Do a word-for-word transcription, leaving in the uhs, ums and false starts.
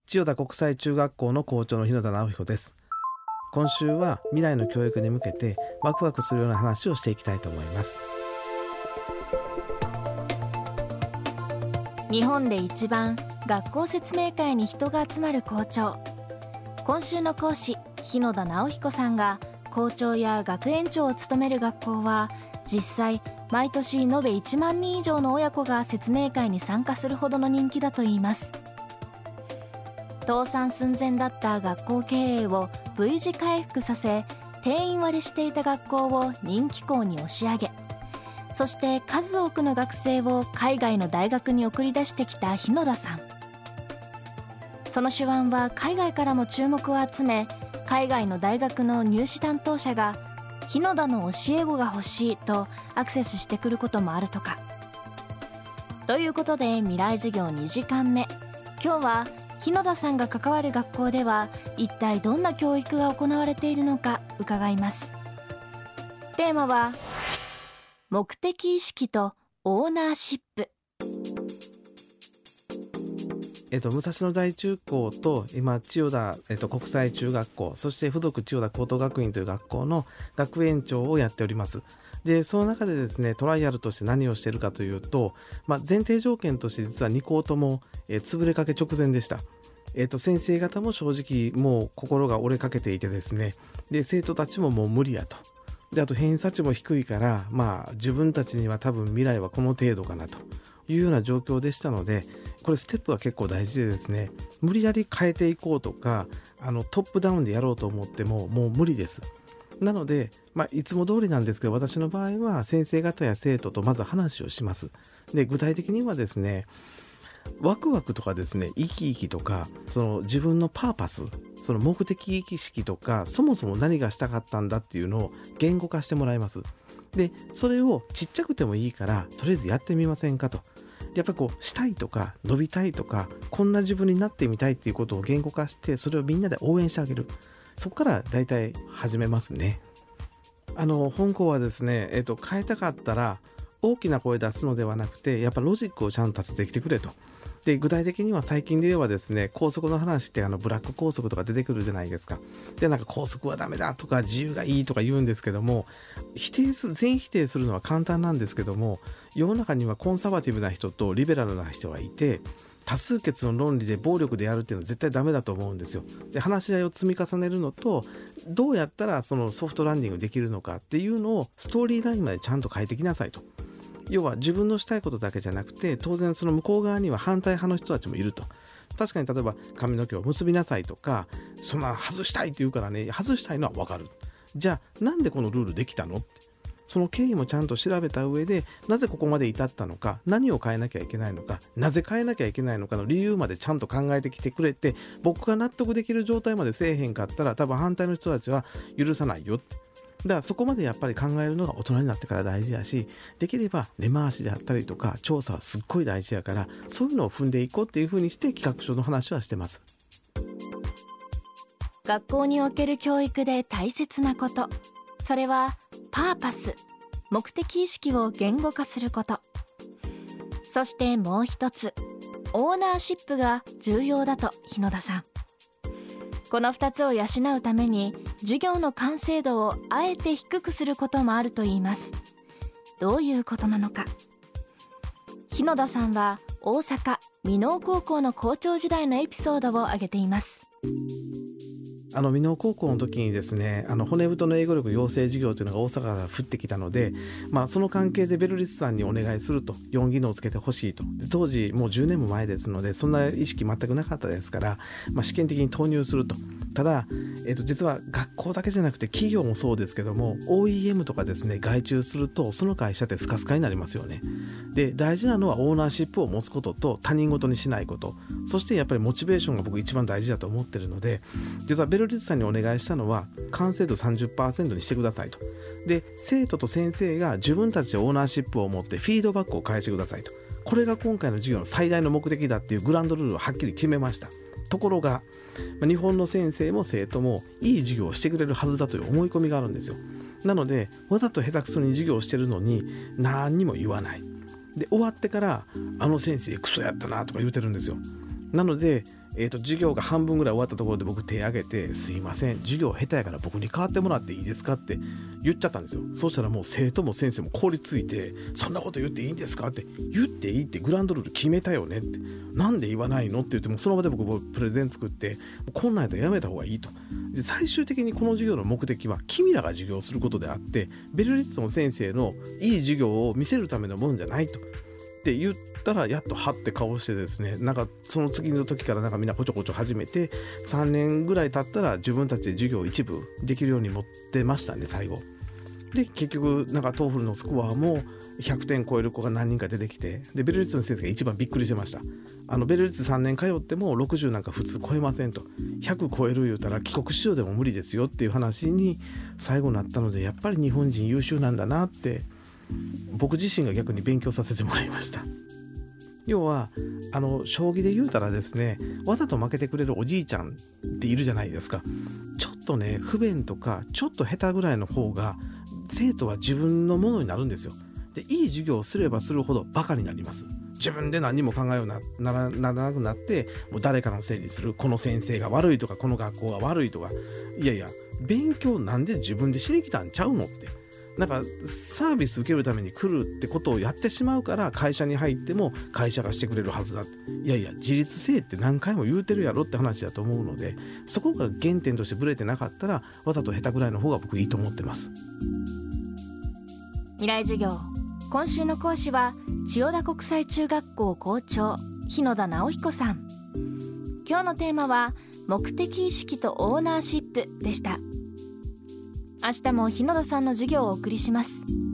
千代田国際中学校の校長の日野田直彦です。今週は未来の教育に向けてワクワクするような話をしていきたいと思います。 日本で一番学校説明会に人が集まる校長、今週の講師日野田直彦さんが校長や学園長を務める学校は実際毎年延べいちまんにん以上の親子が説明会に参加するほどの人気だといいます。倒産寸前だった学校経営を V 字回復させ、定員割れしていた学校を人気校に押し上げ、そして数多くの学生を海外の大学に送り出してきた日野田さん。その手腕は海外からも注目を集め、海外の大学の入試担当者が日野田の教え子が欲しいとアクセスしてくることもあるとか。ということで未来授業にじかんめ、今日は日野田さんが関わる学校では一体どんな教育が行われているのか伺います。テーマは目的意識とオーナーシップ。 えっと、武蔵野大中高と今千代田、えっと、国際中学校、そして附属千代田高等学院という学校の学園長をやっております。でその中でですね、トライアルとして何をしているかというと、まあ、前提条件として実はに校とも、えー、潰れかけ直前でした。えーと、先生方も正直もう心が折れかけていてですね、で生徒たちももう無理やと。であと偏差値も低いから、まあ、自分たちには多分未来はこの程度かなというような状況でしたので、これステップが結構大事でですね、無理やり変えていこうとかあのトップダウンでやろうと思ってももう無理です。なので、まあ、いつも通りなんですけど、私の場合は先生方や生徒とまず話をします。で具体的にはですね、ワクワクとかですね、生き生きとか、その自分のパーパス、その目的意識とか、そもそも何がしたかったんだっていうのを言語化してもらいます。でそれをちっちゃくてもいいからとりあえずやってみませんかと。やっぱりこうしたいとか伸びたいとか、こんな自分になってみたいっていうことを言語化して、それをみんなで応援してあげる。そこからだいたい始めますね。あの本校はですね、えっと、変えたかったら大きな声出すのではなくて、やっぱロジックをちゃんと立ててきてくれと。で具体的には最近で言えばですね、校則の話ってあのブラック校則とか出てくるじゃないですか。でなんか校則はダメだとか自由がいいとか言うんですけども、否定する全否定するのは簡単なんですけども、世の中にはコンサバティブな人とリベラルな人がいて、多数決の論理で暴力でやるっていうのは絶対ダメだと思うんですよ。で話し合いを積み重ねるのと、どうやったらそのソフトランディングできるのかっていうのをストーリーラインまでちゃんと変えてきなさいと。要は自分のしたいことだけじゃなくて、当然その向こう側には反対派の人たちもいると。確かに例えば髪の毛を結びなさいとか、そんな外したいって言うからね、外したいのは分かる。じゃあなんでこのルールできたのって、その経緯もちゃんと調べた上で、なぜここまで至ったのか、何を変えなきゃいけないのか、なぜ変えなきゃいけないのかの理由までちゃんと考えてきてくれて、僕が納得できる状態までせえへんかったら多分反対の人たちは許さないよって。だからそこまでやっぱり考えるのが大人になってから大事やし、できれば根回しであったりとか調査はすっごい大事やから、そういうのを踏んでいこうっていう風にして企画書の話はしてます。 学校における教育で大切なこと、それはパーパス、目的意識を言語化すること。そしてもう一つ、オーナーシップが重要だと日野田さん。このふたつを養うために授業の完成度をあえて低くすることもあるといいます。どういうことなのか。日野田さんは大阪箕面高校の校長時代のエピソードを挙げています。 あの箕面高校の時にですね、あの骨太の英語力養成授業というのが大阪から降ってきたので、まあ、その関係でベルリスさんにお願いすると、よん技能をつけてほしいと。で当時もうじゅうねんも前ですので、そんな意識全くなかったですから、まあ、試験的に投入すると。ただ、えー、と実は学校だけじゃなくて企業もそうですけども、 オーイーエム とかですね、外注するとその会社ってスカスカになりますよね。で大事なのはオーナーシップを持つことと、他人事にしないこと、そしてやっぱりモチベーションが僕一番大事だと思ってるので、実はベルリスさんにお願いしたのは完成度 さんじゅっパーセント にしてくださいと。で生徒と先生が自分たちでオーナーシップを持ってフィードバックを返してくださいと。これが今回の授業の最大の目的だっていうグランドルールをはっきり決めました。ところが日本の先生も生徒もいい授業をしてくれるはずだという思い込みがあるんですよ。なのでわざと下手くそに授業をしてるのに何にも言わないで、終わってからあの先生クソやったなとか言うてるんですよ。 なので、えーと、授業が半分ぐらい終わったところで僕手挙げて、すいません授業下手やから僕に代わってもらっていいですかって言っちゃったんですよ。そうしたらもう生徒も先生も凍りついて、そんなこと言っていいんですかって、言っていいってグランドルール決めたよねって、なんで言わないのって言って、もその場で僕プレゼン作って、こんなんやったらやめた方がいいと。で最終的にこの授業の目的は君らが授業することであって、ベルリッツの先生のいい授業を見せるためのもんじゃないとって言ったら、やっとはって顔してですね、なんかその次の時からなんかみんなこちょこちょ始めて、さんねんぐらい経ったら自分たちで授業を一部できるように持ってましたね最後で。結局なんかトーフルのスコアもひゃくてん超える子が何人か出てきて、でベルリッツの先生が一番びっくりしてました。あのベルリッツさんねん通ってもろくじゅうなんか普通超えませんと、ひゃく超える言うたら帰国子女でも無理ですよっていう話に最後になったので、やっぱり日本人優秀なんだなって僕自身が逆に勉強させてもらいました。要はあの将棋で言うたらですね、わざと負けてくれるおじいちゃんっているじゃないですか。ちょっとね不便とかちょっと下手ぐらいの方が生徒は自分のものになるんですよ。でいい授業をすればするほどバカになります。自分で何も考えようなならならなくなって、もう誰かのせいにする、この先生が悪いとかこの学校が悪いとか、いやいや勉強なんで自分でしに来たんちゃうのって、なんかサービス受けるために来るってことをやってしまうから、会社に入っても会社がしてくれるはずだ。いやいや自立性って何回も言うてるやろって話だと思うので、そこが原点としてブレてなかったらわざと下手ぐらいの方が僕いいと思ってます。 未来授業、今週の講師は千代田国際中学校校長日野田直彦さん。今日のテーマは目的意識とオーナーシップでした。明日も日野田さんの授業をお送りします。